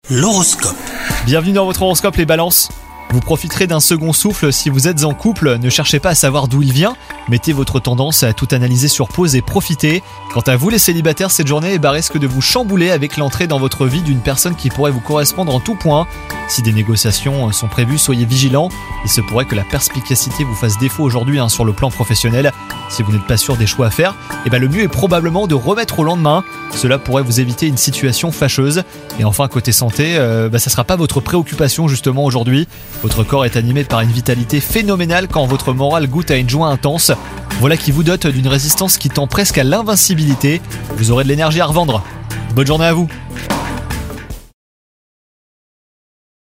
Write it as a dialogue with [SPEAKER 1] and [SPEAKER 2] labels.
[SPEAKER 1] L'horoscope.
[SPEAKER 2] Bienvenue dans votre horoscope les balances. Vous profiterez d'un second souffle si vous êtes en couple, ne cherchez pas à savoir d'où il vient, mettez votre tendance à tout analyser sur pause et profitez. Quant à vous les célibataires, cette journée risque de vous chambouler avec l'entrée dans votre vie d'une personne qui pourrait vous correspondre en tout point. Si des négociations sont prévues, soyez vigilants, il se pourrait que la perspicacité vous fasse défaut aujourd'hui sur le plan professionnel. Si vous n'êtes pas sûr des choix à faire, le mieux est probablement de remettre au lendemain, cela pourrait vous éviter une situation fâcheuse. Et enfin côté santé, ça sera pas votre préoccupation justement aujourd'hui. Votre corps est animé par une vitalité phénoménale quand votre morale goûte à une joie intense. Voilà qui vous dote d'une résistance qui tend presque à l'invincibilité. Vous aurez de l'énergie à revendre. Bonne journée à vous.